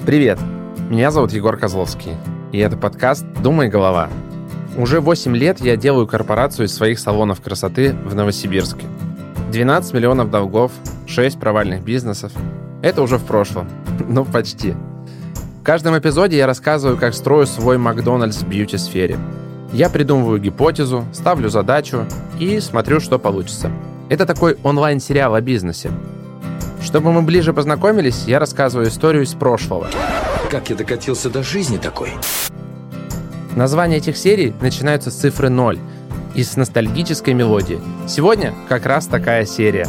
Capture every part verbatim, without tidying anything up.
Привет, меня зовут Егор Козловский, и это подкаст «Думай, голова». Уже восемь лет я делаю корпорацию из своих салонов красоты в Новосибирске. двенадцать миллионов долгов, шесть провальных бизнесов. Это уже в прошлом. Ну, почти. В каждом эпизоде я рассказываю, как строю свой Макдональдс в бьюти-сфере. Я придумываю гипотезу, ставлю задачу и смотрю, что получится. Это такой онлайн-сериал о бизнесе. Чтобы мы ближе познакомились, я рассказываю историю из прошлого. Как я докатился до жизни такой? Названия этих серий начинаются с цифры ноль и с ностальгической мелодии. Сегодня как раз такая серия.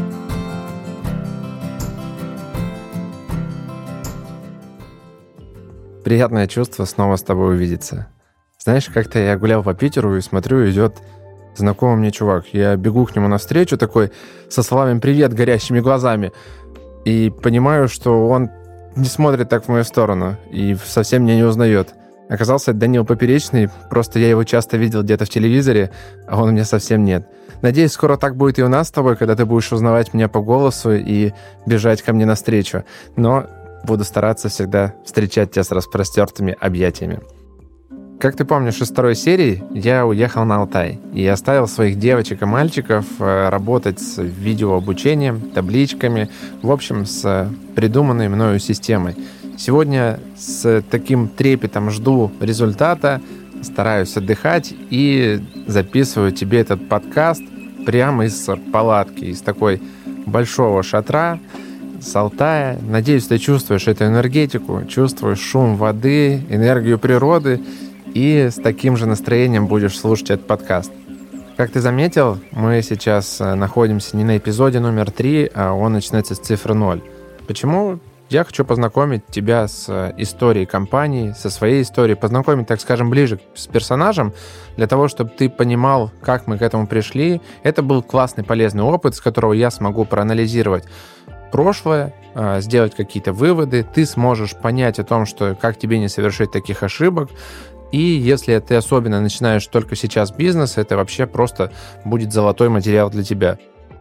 Приятное чувство снова с тобой увидеться. Знаешь, как-то я гулял по Питеру и смотрю, идет знакомый мне чувак. Я бегу к нему навстречу такой со словами «Привет» горящими глазами. И понимаю, что он не смотрит так в мою сторону и совсем меня не узнает. Оказался это Данил Поперечный, просто я его часто видел где-то в телевизоре, а он у меня совсем нет. Надеюсь, скоро так будет и у нас с тобой, когда ты будешь узнавать меня по голосу и бежать ко мне навстречу. Но буду стараться всегда встречать тебя с распростертыми объятиями. Как ты помнишь из второй серии, я уехал на Алтай и оставил своих девочек и мальчиков работать с видеообучением, табличками, в общем, с придуманной мною системой. Сегодня с таким трепетом жду результата, стараюсь отдыхать и записываю тебе этот подкаст прямо из палатки, из такой большого шатра с Алтая. Надеюсь, ты чувствуешь эту энергетику, чувствуешь шум воды, энергию природы, и с таким же настроением будешь слушать этот подкаст. Как ты заметил, мы сейчас находимся не на эпизоде номер три, а он начинается с цифры ноль. Почему? Я хочу познакомить тебя с историей компании, со своей историей, познакомить, так скажем, ближе с персонажем, для того, чтобы ты понимал, как мы к этому пришли. Это был классный, полезный опыт, с которого я смогу проанализировать прошлое, сделать какие-то выводы. Ты сможешь понять о том, что как тебе не совершить таких ошибок. И если ты особенно начинаешь только сейчас бизнес, это вообще просто будет золотой материал для тебя.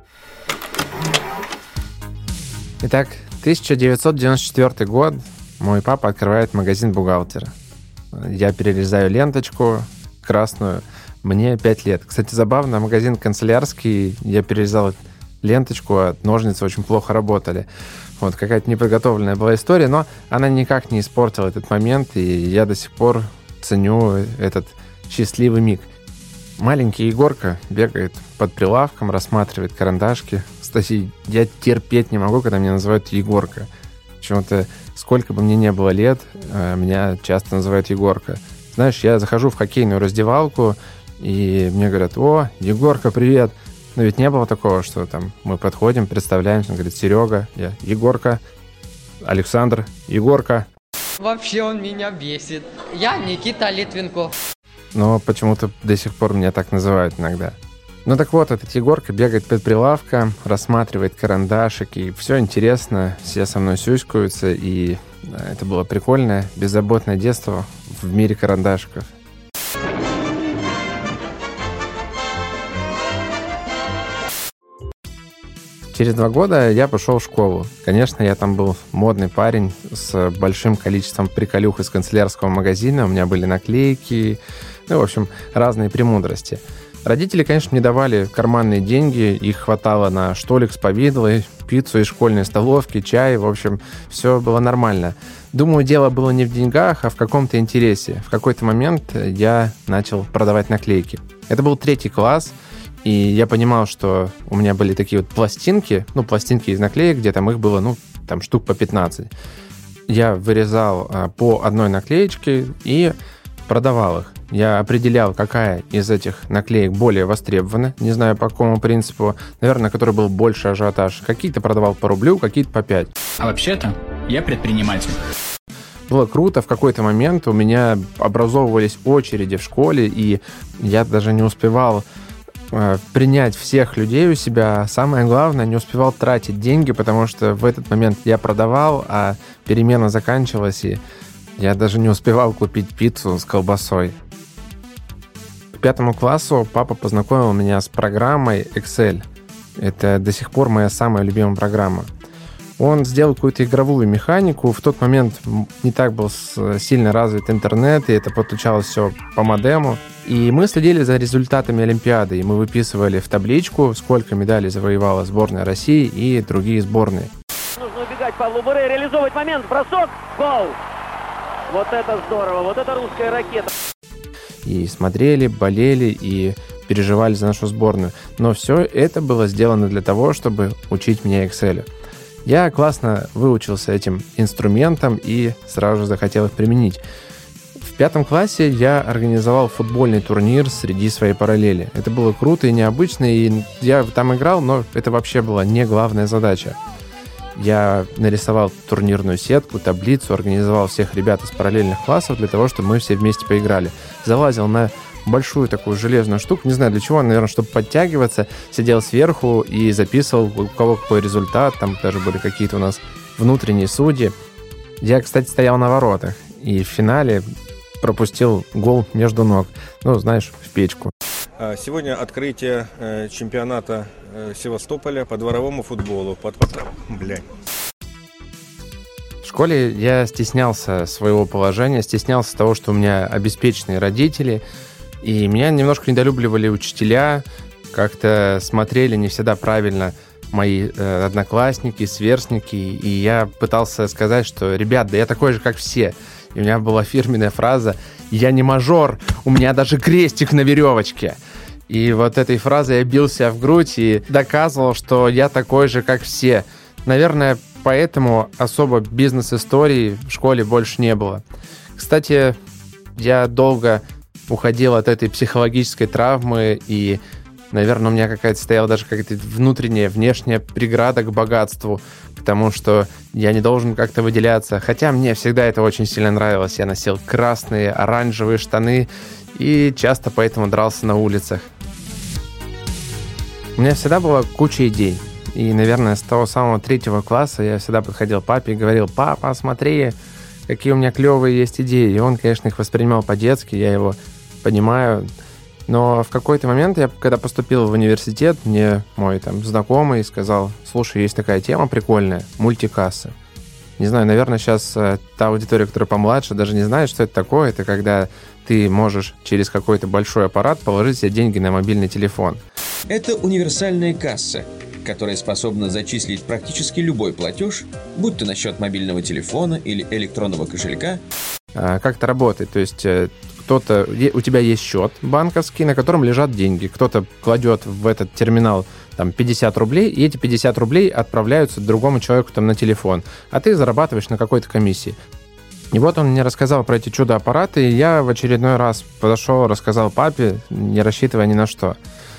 Итак, тысяча девятьсот девяносто четвёртый год. Мой папа открывает магазин бухгалтера. Я перерезаю ленточку красную. Мне пять лет. Кстати, забавно, магазин канцелярский. Я перерезал ленточку, а ножницы очень плохо работали. Вот, какая-то неподготовленная была история, но она никак не испортила этот момент, и я до сих пор ценю этот счастливый миг. Маленький Егорка бегает под прилавком, рассматривает карандашки. Кстати, я терпеть не могу, когда меня называют Егорка. Почему-то, сколько бы мне не было лет, меня часто называют Егорка. Знаешь, я захожу в хоккейную раздевалку, и мне говорят: «О, Егорка, привет!» Но ведь не было такого, что там мы подходим, представляемся, он говорит: «Серега», я «Егорка», «Александр», «Егорка». Вообще он меня бесит. Я Никита Литвинков. Но почему-то до сих пор меня так называют иногда. Ну так вот, этот Егорка бегает под прилавком, рассматривает карандашики, все интересно, все со мной сюськаются, и это было прикольное, беззаботное детство в мире карандашиков. Через два года я пошел в школу. Конечно, я там был модный парень с большим количеством приколюх из канцелярского магазина. У меня были наклейки, ну, в общем, разные премудрости. Родители, конечно, мне давали карманные деньги. Их хватало на штолик с повидлой, пиццу из школьной столовки, чай. В общем, все было нормально. Думаю, дело было не в деньгах, а в каком-то интересе. В какой-то момент я начал продавать наклейки. Это был третий класс. И я понимал, что у меня были такие вот пластинки, ну, пластинки из наклеек, где там их было, ну, там штук по пятнадцать. Я вырезал а, по одной наклеечке и продавал их. Я определял, какая из этих наклеек более востребована, не знаю по какому принципу, наверное, на которой был больше ажиотаж. Какие-то продавал по рублю, какие-то по пять. А вообще-то я предприниматель. Было круто, в какой-то момент у меня образовывались очереди в школе, и я даже не успевал принять всех людей у себя. Самое главное, не успевал тратить деньги, потому что в этот момент я продавал, а перемена заканчивалась, и я даже не успевал купить пиццу с колбасой. К пятому классу папа познакомил меня с программой Excel. Это до сих пор моя самая любимая программа. Он сделал какую-то игровую механику. В тот момент не так был сильно развит интернет, и это подключалось все по модему. И мы следили за результатами Олимпиады, и мы выписывали в табличку, сколько медалей завоевала сборная России и другие сборные. Нужно убегать Павлу Буре, реализовывать момент, бросок, гол! Вот это здорово, вот это русская ракета. И смотрели, болели, и переживали за нашу сборную. Но все это было сделано для того, чтобы учить меня Excel. Я классно выучился этим инструментам и сразу же захотел их применить. В пятом классе я организовал футбольный турнир среди своей параллели. Это было круто и необычно, и я там играл, но это вообще была не главная задача. Я нарисовал турнирную сетку, таблицу, организовал всех ребят из параллельных классов для того, чтобы мы все вместе поиграли. Залазил на большую такую железную штуку, не знаю для чего, наверное, чтобы подтягиваться, сидел сверху и записывал, у кого какой результат, там даже были какие-то у нас внутренние судьи. Я, кстати, стоял на воротах, и в финале пропустил гол между ног, ну, знаешь, в печку. Сегодня открытие чемпионата Севастополя по дворовому футболу. Под... Блядь. В школе я стеснялся своего положения, стеснялся того, что у меня обеспеченные родители, и меня немножко недолюбливали учителя, как-то смотрели не всегда правильно мои э, одноклассники, сверстники, и я пытался сказать, что, ребят, да я такой же, как все. И у меня была фирменная фраза «Я не мажор, у меня даже крестик на веревочке». И вот этой фразой я бил себя в грудь и доказывал, что я такой же, как все. Наверное, поэтому особо бизнес-историй в школе больше не было. Кстати, я долго уходил от этой психологической травмы, и, наверное, у меня какая-то стояла даже какая-то внутренняя, внешняя преграда к богатству, потому что я не должен как-то выделяться. Хотя мне всегда это очень сильно нравилось. Я носил красные, оранжевые штаны и часто поэтому дрался на улицах. У меня всегда была куча идей. И, наверное, с того самого третьего класса я всегда подходил к папе и говорил: «Папа, смотри, какие у меня клевые есть идеи». И он, конечно, их воспринимал по-детски, я его понимаю. Но в какой-то момент, я, когда поступил в университет, мне мой там знакомый сказал: «Слушай, есть такая тема прикольная, мультикасса». Не знаю, наверное, сейчас э, та аудитория, которая помладше, даже не знает, что это такое. Это когда ты можешь через какой-то большой аппарат положить себе деньги на мобильный телефон. Это универсальная касса, которая способна зачислить практически любой платеж, будь то на счет мобильного телефона или электронного кошелька. А, как это работает? То есть э, кто-то, у тебя есть счет банковский, на котором лежат деньги. Кто-то кладет в этот терминал там пятьдесят рублей, и эти пятьдесят рублей отправляются другому человеку там на телефон, а ты зарабатываешь на какой-то комиссии. И вот он мне рассказал про эти чудо-аппараты, и я в очередной раз подошел, рассказал папе, не рассчитывая ни на что.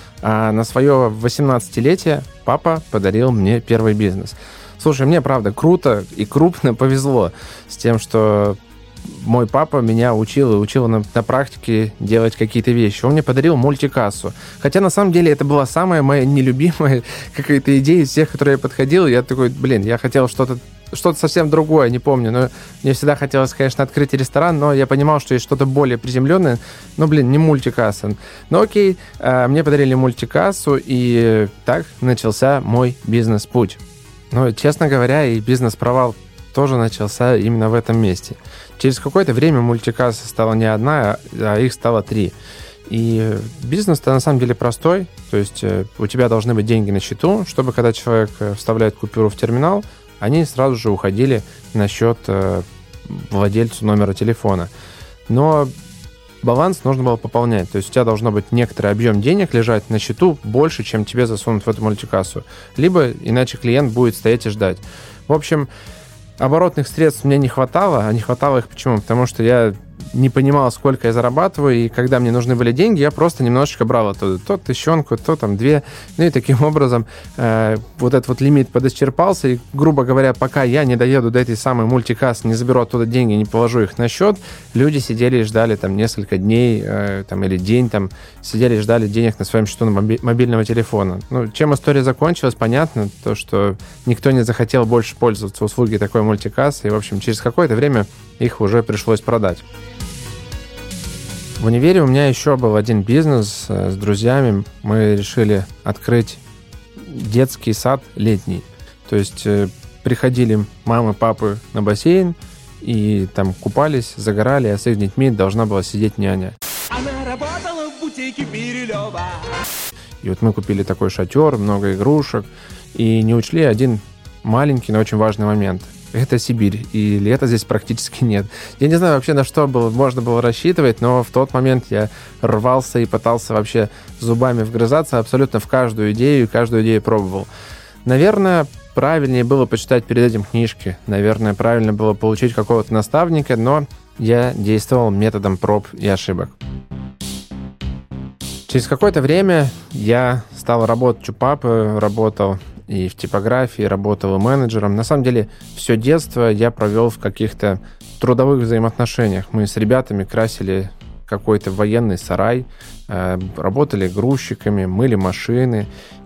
А на свое восемнадцатилетие папа подарил мне первый бизнес. Слушай, мне, правда, круто и крупно повезло с тем, что мой папа меня учил и учил на, на практике делать какие-то вещи. Он мне подарил мультикассу. Хотя, на самом деле, это была самая моя нелюбимая какая-то идея из всех, которые я подходил. Я такой, блин, я хотел что-то что-то совсем другое, не помню. Но мне всегда хотелось, конечно, открыть ресторан, но я понимал, что есть что-то более приземленное. Но, блин, не мультикасса. Ну, окей, мне подарили мультикассу, и так начался мой бизнес-путь. Но, честно говоря, и бизнес-провал тоже начался именно в этом месте. Через какое-то время мультикасса стала не одна, а их стало три. И бизнес-то на самом деле простой. То есть у тебя должны быть деньги на счету, чтобы когда человек вставляет купюру в терминал, они сразу же уходили на счет владельцу номера телефона. Но баланс нужно было пополнять. То есть у тебя должно быть некоторый объем денег лежать на счету больше, чем тебе засунут в эту мультикассу. Либо иначе клиент будет стоять и ждать. В общем, оборотных средств мне не хватало. А не хватало их почему? Потому что я не понимал, сколько я зарабатываю, и когда мне нужны были деньги, я просто немножечко брал оттуда. То тысячонку, то там две. Ну и таким образом э, вот этот вот лимит подисчерпался, и, грубо говоря, пока я не доеду до этой самой мультикассы, не заберу оттуда деньги, не положу их на счет, люди сидели и ждали там несколько дней э, там, или день, там, сидели и ждали денег на своем счету на моби- мобильного телефона. Ну, чем история закончилась, понятно, то, что никто не захотел больше пользоваться услугой такой мультикассы, и, в общем, через какое-то время их уже пришлось продать. В универе у меня еще был один бизнес с друзьями. Мы решили открыть детский сад летний. То есть приходили мамы, папы на бассейн и там купались, загорали, а с их детьми должна была сидеть няня. Она работала в бутике Бирюлева. И вот мы купили такой шатер, много игрушек, и не учли один маленький, но очень важный момент. Это Сибирь, и лета здесь практически нет. Я не знаю вообще, на что было, можно было рассчитывать, но в тот момент я рвался и пытался вообще зубами вгрызаться абсолютно в каждую идею, и каждую идею пробовал. Наверное, правильнее было почитать перед этим книжки, наверное, правильно было получить какого-то наставника, но я действовал методом проб и ошибок. Через какое-то время я стал работать у папы, работал и в типографии, работал и менеджером. На самом деле, все детство я провел в каких-то трудовых взаимоотношениях. Мы с ребятами красили какой-то военный сарай, работали грузчиками, мыли машины,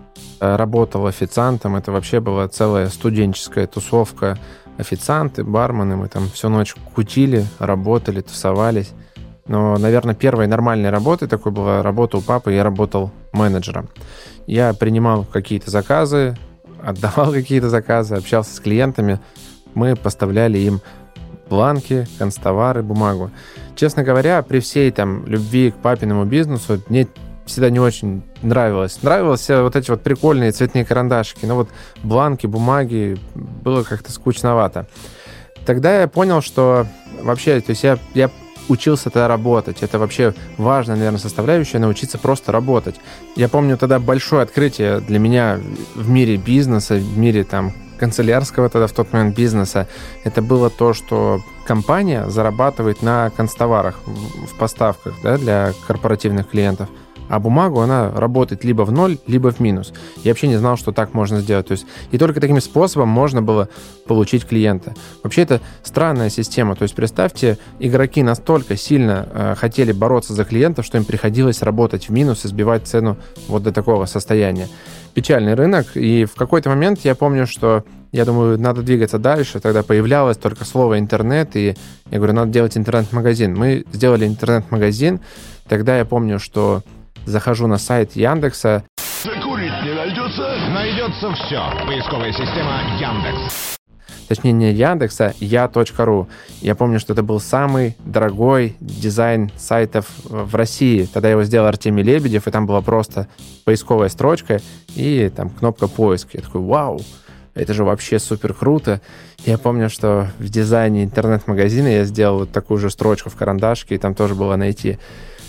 работал официантом. Это вообще была целая студенческая тусовка. Официанты, бармены, мы там всю ночь кутили, работали, тусовались. Но, наверное, первой нормальной работой такой была работа у папы, я работал менеджером. Я принимал какие-то заказы, отдавал какие-то заказы, общался с клиентами. Мы поставляли им бланки, канцтовары, бумагу. Честно говоря, при всей там любви к папиному бизнесу мне всегда не очень нравилось. Нравились все вот эти вот прикольные цветные карандашики, но вот бланки, бумаги было как-то скучновато. Тогда я понял, что вообще, то есть я, я учился тогда работать. Это вообще важная, наверное, составляющая, научиться просто работать. Я помню тогда большое открытие для меня в мире бизнеса, в мире там канцелярского тогда в тот момент бизнеса. Это было то, что компания зарабатывает на канцтоварах в поставках, да, для корпоративных клиентов. А бумагу, она работает либо в ноль, либо в минус. Я вообще не знал, что так можно сделать. То есть, и только таким способом можно было получить клиента. Вообще, это странная система. То есть, представьте, игроки настолько сильно э, хотели бороться за клиентов, что им приходилось работать в минус и сбивать цену вот до такого состояния. Печальный рынок. И в какой-то момент я помню, что я думаю, надо двигаться дальше. Тогда появлялось только слово «интернет», и я говорю, надо делать интернет-магазин. Мы сделали интернет-магазин. Тогда я помню, что захожу на сайт Яндекса. Закурить не найдется? Найдется все. Поисковая система Яндекс. Точнее, не Яндекса, я точка ру. Я помню, что это был самый дорогой дизайн сайтов в России. Тогда его сделал Артемий Лебедев, и там была просто поисковая строчка и там кнопка поиск. Я такой, вау, это же вообще супер круто. Я помню, что в дизайне интернет-магазина я сделал вот такую же строчку в карандашке, и там тоже было найти.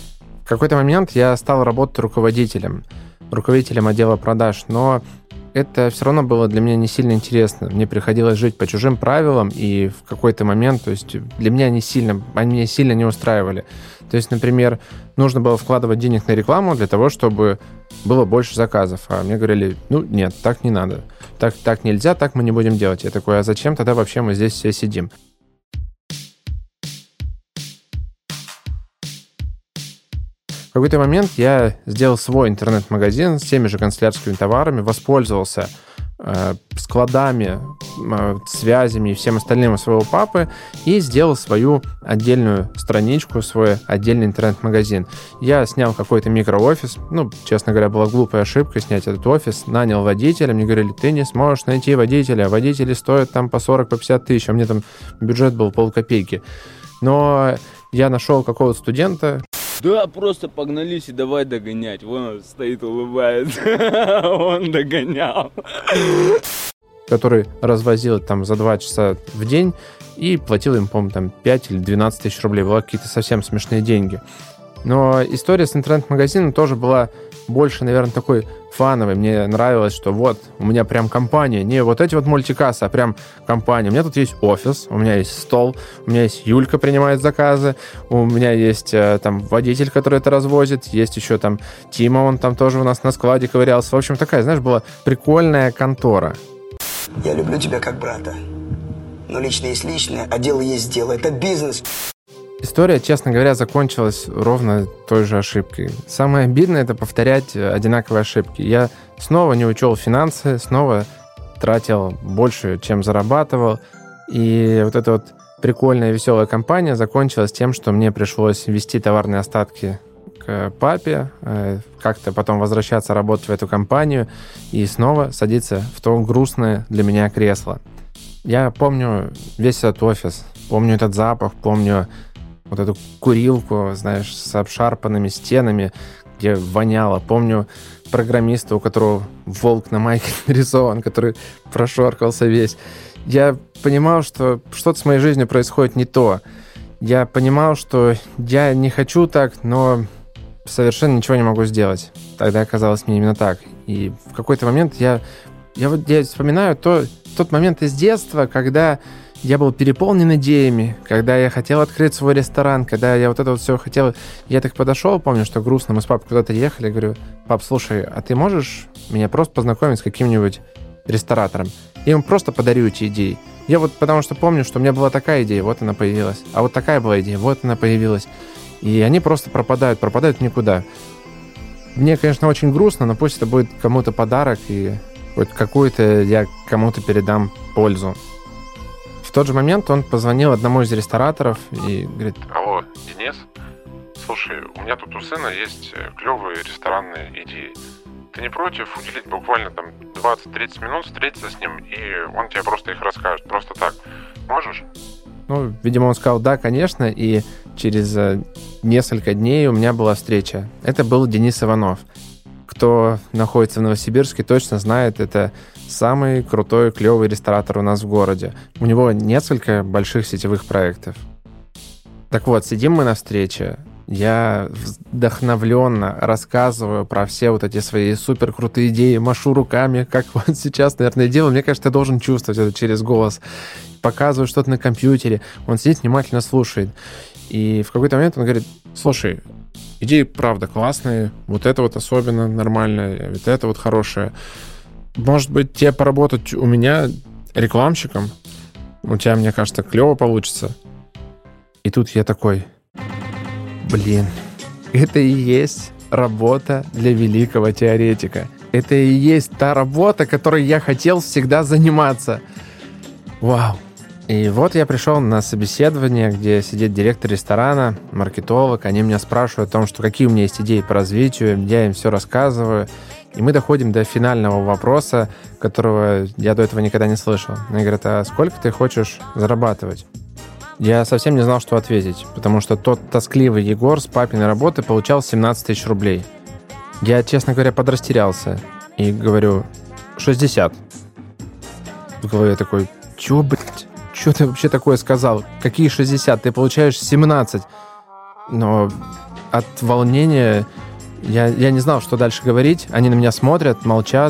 В какой-то момент я стал работать руководителем, руководителем отдела продаж, но это все равно было для меня не сильно интересно. Мне приходилось жить по чужим правилам, и в какой-то момент, то есть для меня они сильно, они меня сильно не устраивали. То есть, например, нужно было вкладывать денег на рекламу для того, чтобы было больше заказов. А мне говорили, ну нет, так не надо, так, так нельзя, так мы не будем делать. Я такой, а зачем тогда вообще мы здесь все сидим? В какой-то момент я сделал свой интернет-магазин с теми же канцелярскими товарами, воспользовался э, складами, э, связями и всем остальным у своего папы и сделал свою отдельную страничку, свой отдельный интернет-магазин. Я снял какой-то микроофис, ну, честно говоря, была глупая ошибка снять этот офис, нанял водителя, мне говорили, ты не сможешь найти водителя, водители стоят там по сорок, по пятьдесят тысяч, а мне там бюджет был полкопейки. Но я нашел какого-то студента. Да, просто погнались и давай догонять. Вон он стоит, улыбается. Он догонял. Который развозил там за два часа в день и платил им, по-моему, там пять или двенадцать тысяч рублей. Были какие-то совсем смешные деньги. Но история с интернет-магазином тоже была больше, наверное, такой фановой. Мне нравилось, что вот, у меня прям компания. Не вот эти вот мультикассы, а прям компания. У меня тут есть офис, у меня есть стол, у меня есть Юлька принимает заказы, у меня есть там водитель, который это развозит, есть еще там Тима, он там тоже у нас на складе ковырялся. В общем, такая, знаешь, была прикольная контора. Я люблю тебя как брата. Но личное есть личное, а дело есть дело. Это бизнес. История, честно говоря, закончилась ровно той же ошибкой. Самое обидное — это повторять одинаковые ошибки. Я снова не учел финансы, снова тратил больше, чем зарабатывал. И вот эта вот прикольная, веселая компания закончилась тем, что мне пришлось везти товарные остатки к папе, как-то потом возвращаться работать в эту компанию и снова садиться в то грустное для меня кресло. Я помню весь этот офис, помню этот запах, помню вот эту курилку, знаешь, с обшарпанными стенами, где воняло. Помню программиста, у которого волк на майке нарисован, который прошоркался весь. Я понимал, что что-то с моей жизнью происходит не то. Я понимал, что я не хочу так, но совершенно ничего не могу сделать. Тогда оказалось мне именно так. И в какой-то момент я, я, вот, я вспоминаю то, тот момент из детства, когда я был переполнен идеями, когда я хотел открыть свой ресторан, когда я вот это вот все хотел. Я так подошел, помню, что грустно, мы с папой куда-то ехали, говорю: пап, слушай, а ты можешь меня просто познакомить с каким-нибудь ресторатором? Я ему просто подарю эти идеи. Я вот потому что помню, что у меня была такая идея, вот она появилась. А вот такая была идея, вот она появилась. И они просто пропадают, пропадают в никуда. Мне, конечно, очень грустно, но пусть это будет кому-то подарок, и хоть какую-то я кому-то передам пользу. В тот же момент он позвонил одному из рестораторов и говорит: алло, Денис? Слушай, у меня тут у сына есть клевые ресторанные идеи. Ты не против уделить буквально там двадцать-тридцать минут, встретиться с ним, и он тебе просто их расскажет, просто так. Можешь? Ну, видимо, он сказал да, конечно, и через несколько дней у меня была встреча. Это был Денис Иванов. Кто находится в Новосибирске, точно знает, это самый крутой, клевый ресторатор у нас в городе. У него несколько больших сетевых проектов. Так вот, сидим мы на встрече. Я вдохновленно рассказываю про все вот эти свои супер крутые идеи, машу руками, как вот сейчас, наверное, делаю. Мне кажется, я должен чувствовать это через голос. Показываю что-то на компьютере. Он сидит, внимательно слушает. И в какой-то момент он говорит: слушай, идеи правда классные, вот это вот особенно нормальное, вот это вот хорошее. Может быть, тебе поработать у меня рекламщиком? У тебя, мне кажется, клево получится. И тут я такой: блин, это и есть работа для великого теоретика. Это и есть та работа, которой я хотел всегда заниматься. Вау. И вот я пришел на собеседование, где сидит директор ресторана, маркетолог. Они меня спрашивают о том, что какие у меня есть идеи по развитию. Я им все рассказываю. И мы доходим до финального вопроса, которого я до этого никогда не слышал. Они говорят: а сколько ты хочешь зарабатывать? Я совсем не знал, что ответить, потому что тот тоскливый Егор с папиной работы получал семнадцать тысяч рублей. Я, честно говоря, подрастерялся и говорю: шестьдесят. В голове такой: чё, блядь? Чё ты вообще такое сказал? Какие шестьдесят? Ты получаешь семнадцать. Но от волнения я, я не знал, что дальше говорить. Они на меня смотрят, молчат.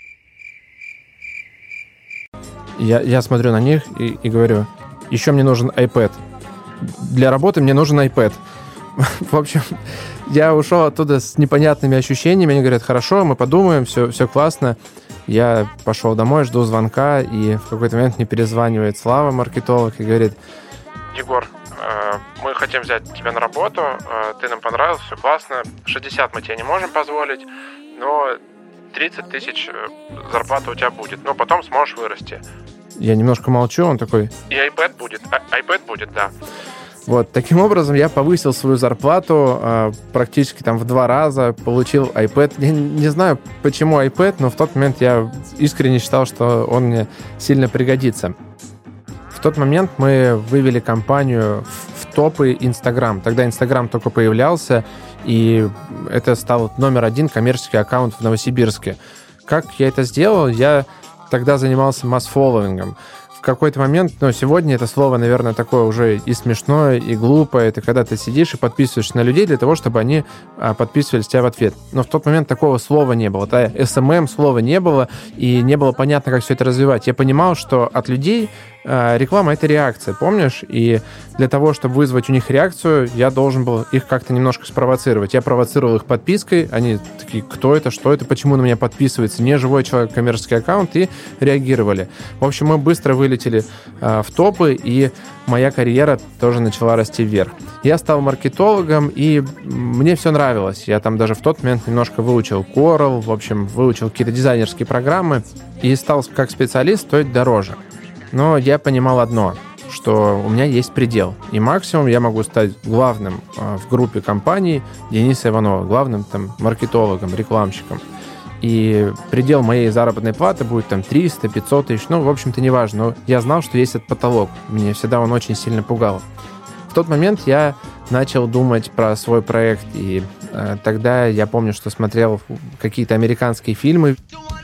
Я, я смотрю на них и, и говорю: еще мне нужен iPad. Для работы мне нужен iPad. В общем, я ушел оттуда с непонятными ощущениями. Они говорят: хорошо, мы подумаем, все, все классно. Я пошел домой, жду звонка, и в какой-то момент мне перезванивает Слава, маркетолог, и говорит: Егор, э, мы хотим взять тебя на работу, э, ты нам понравился, все классно. шестьдесят мы тебе не можем позволить, но тридцать тысяч зарплата у тебя будет, но потом сможешь вырасти. Я немножко молчу, он такой: и iPad будет, а, iPad будет, да. Вот, таким образом я повысил свою зарплату э, практически там в два раза, получил iPad. Я не знаю, почему iPad, но в тот момент я искренне считал, что он мне сильно пригодится. В тот момент мы вывели компанию в, в топы Instagram. Тогда Instagram только появлялся, и это стал номер один коммерческий аккаунт в Новосибирске. Как я это сделал? Я тогда занимался масс-фолловингом. В какой-то момент, ну, сегодня это слово, наверное, такое уже и смешное, и глупое. Это когда ты сидишь и подписываешься на людей для того, чтобы они а, подписывались тебя в ответ. Но в тот момент такого слова не было. Да, эс эм эм слова не было, и не было понятно, как все это развивать. Я понимал, что от людей а, реклама — это реакция, помнишь? И для того, чтобы вызвать у них реакцию, я должен был их как-то немножко спровоцировать. Я провоцировал их подпиской. Они такие: кто это, что это, почему на меня подписывается не живой человек, коммерческий аккаунт, и реагировали. В общем, мы быстро вылетели э, в топы, и моя карьера тоже начала расти вверх. Я стал маркетологом, и мне все нравилось. Я там даже в тот момент немножко выучил Corel, в общем, выучил какие-то дизайнерские программы, и стал как специалист стоить дороже. Но я понимал одно, что у меня есть предел, и максимум я могу стать главным э, в группе компаний Дениса Иванова, главным там маркетологом, рекламщиком. и предел моей заработной платы будет там триста-пятьсот тысяч, ну, в общем-то, неважно, но я знал, что есть этот потолок, меня всегда он очень сильно пугал. В тот момент я начал думать про свой проект, и э, тогда я помню, что смотрел какие-то американские фильмы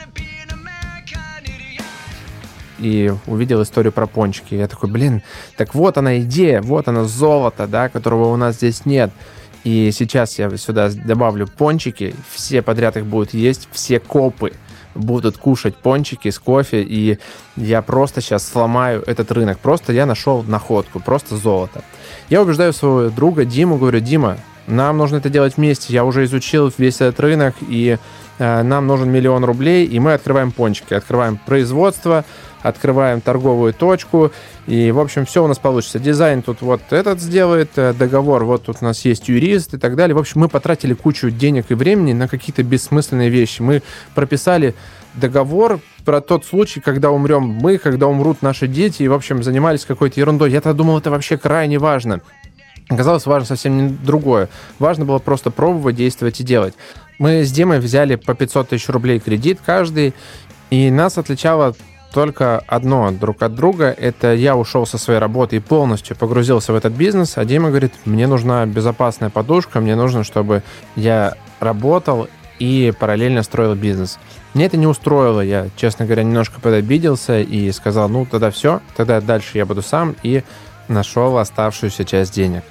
и увидел историю про пончики. Я такой, блин, так вот она идея, вот она золото, да, которого у нас здесь нет. И сейчас я сюда добавлю пончики, все подряд их будут есть, все копы будут кушать пончики с кофе, и я просто сейчас сломаю этот рынок. Просто я нашел находку, просто золото. Я убеждаю своего друга Диму, говорю, Дима, нам нужно это делать вместе, я уже изучил весь этот рынок, и э, нам нужен миллион рублей, и мы открываем пончики, открываем производство, открываем торговую точку, и, в общем, все у нас получится. Дизайн тут вот этот сделает, договор, вот тут у нас есть юрист и так далее. В общем, мы потратили кучу денег и времени на какие-то бессмысленные вещи. Мы прописали договор про тот случай, когда умрем мы, когда умрут наши дети, и, в общем, занимались какой-то ерундой. Я-то думал, это вообще крайне важно. Оказалось, важно совсем не другое. Важно было просто пробовать, действовать и делать. Мы с Димой взяли по пятьсот тысяч рублей кредит каждый, и нас отличало только одно друг от друга. Это я ушел со своей работы и полностью погрузился в этот бизнес, а Дима говорит, мне нужна безопасная подушка, мне нужно, чтобы я работал и параллельно строил бизнес. Мне это не устроило, я, честно говоря, немножко подобиделся и сказал, ну тогда все, тогда дальше я буду сам, и нашел оставшуюся часть денег.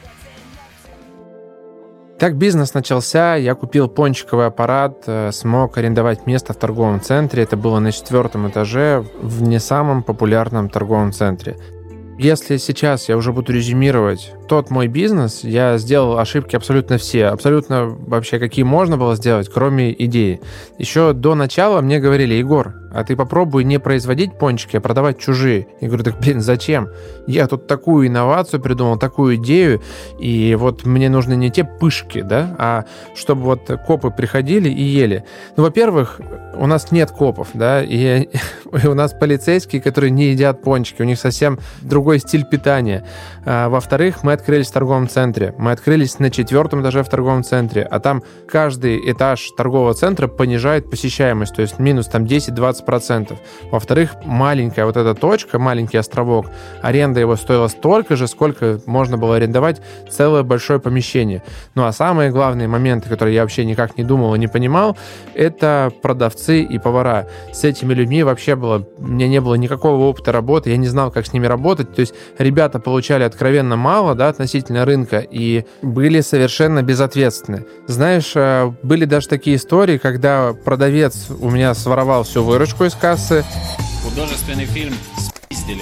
Так бизнес начался, я купил пончиковый аппарат, смог арендовать место в торговом центре. Это было на четвертом этаже в не самом популярном торговом центре. Если сейчас я уже буду резюмировать тот мой бизнес, я сделал ошибки абсолютно все, абсолютно вообще какие можно было сделать, кроме идеи. Еще до начала мне говорили, Егор, а ты попробуй не производить пончики, а продавать чужие. Я говорю, так, блин, зачем? Я тут такую инновацию придумал, такую идею, и вот мне нужны не те пышки, да, а чтобы вот копы приходили и ели. Ну, во-первых, у нас нет копов, да, и, и у нас полицейские, которые не едят пончики, у них совсем другой стиль питания. А, во-вторых, мы открылись в торговом центре. Мы открылись на четвертом этаже в торговом центре, а там каждый этаж торгового центра понижает посещаемость, то есть минус там десять-двадцать процентов. Во-вторых, маленькая вот эта точка, маленький островок, аренда его стоила столько же, сколько можно было арендовать целое большое помещение. Ну а самые главные моменты, которые я вообще никак не думал и не понимал, это продавцы и повара. С этими людьми вообще было, у меня не было никакого опыта работы, я не знал, как с ними работать, то есть ребята получали откровенно мало, да, относительно рынка, и были совершенно безответственны. Знаешь, были даже такие истории, когда продавец у меня своровал всю выручку из кассы. Художественный фильм «Спиздили».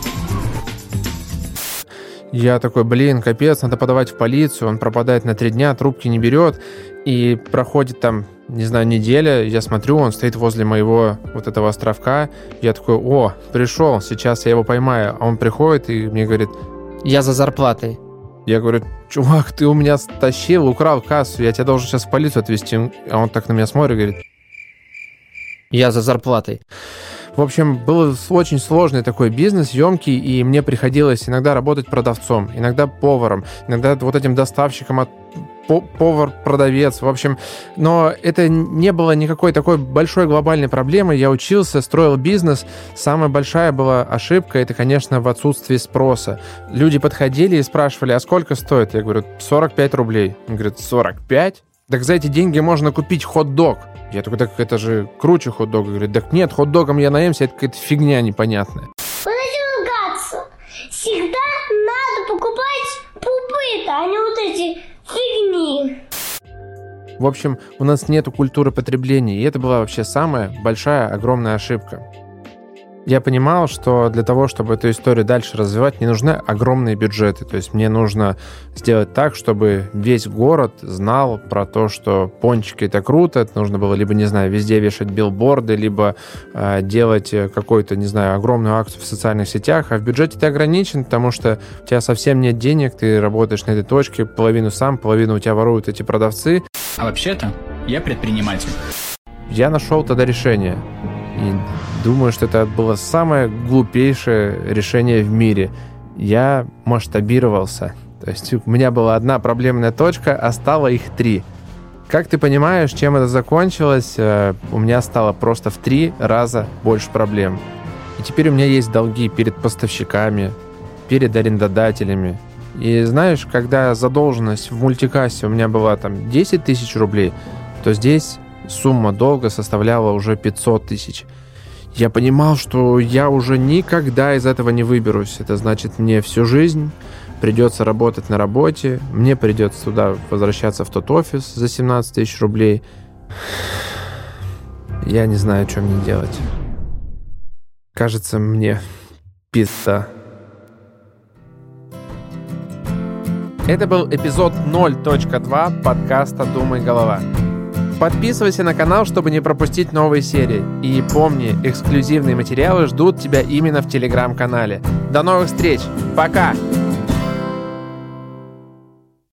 Я такой, блин, капец, надо подавать в полицию, он пропадает на три дня, трубки не берет, и проходит там, не знаю, неделя, я смотрю, он стоит возле моего вот этого островка, я такой, о, пришел, сейчас я его поймаю, а он приходит и мне говорит, я за зарплатой. Я говорю, чувак, ты у меня стащил, украл кассу, я тебя должен сейчас в полицию отвезти, а он так на меня смотрит и говорит, я за зарплатой. В общем, был очень сложный такой бизнес, емкий, и мне приходилось иногда работать продавцом, иногда поваром, иногда вот этим доставщиком от повар-продавец, в общем, но это не было никакой такой большой глобальной проблемы. Я учился, строил бизнес. Самая большая была ошибка, это, конечно, в отсутствии спроса. Люди подходили и спрашивали, а сколько стоит? Я говорю, сорок пять рублей. Он говорит, сорок пять? Так за эти деньги можно купить хот-дог. Я такой, так это же круче хот-дога. Говорит, так нет, хот-догом я наемся, это какая-то фигня непонятная. Подожди ругаться. Всегда надо покупать пупыта, а не вот эти фигни. В общем, у нас нету культуры потребления, и это была вообще самая большая, огромная ошибка. Я понимал, что для того, чтобы эту историю дальше развивать, мне нужны огромные бюджеты. То есть мне нужно сделать так, чтобы весь город знал про то, что пончики — это круто. Это нужно было либо, не знаю, везде вешать билборды, либо э, делать какую-то, не знаю, огромную акцию в социальных сетях. А в бюджете ты ограничен, потому что у тебя совсем нет денег, ты работаешь на этой точке, половину сам, половину у тебя воруют эти продавцы. А вообще-то я предприниматель. Я нашел тогда решение. И думаю, что это было самое глупейшее решение в мире. Я масштабировался. То есть у меня была одна проблемная точка, а стало их три. Как ты понимаешь, чем это закончилось, у меня стало просто в три раза больше проблем. И теперь у меня есть долги перед поставщиками, перед арендодателями. И знаешь, когда задолженность в мультикассе у меня была там десять тысяч рублей, то здесь сумма долга составляла уже пятьсот тысяч. Я понимал, что я уже никогда из этого не выберусь. Это значит, мне всю жизнь придется работать на работе, мне придется туда возвращаться в тот офис за семнадцать тысяч рублей. Я не знаю, что мне делать. Кажется, мне пизда. Это был эпизод ноль точка два подкаста «Думай, голова». Подписывайся на канал, чтобы не пропустить новые серии. И помни, эксклюзивные материалы ждут тебя именно в телеграм-канале. До новых встреч! Пока!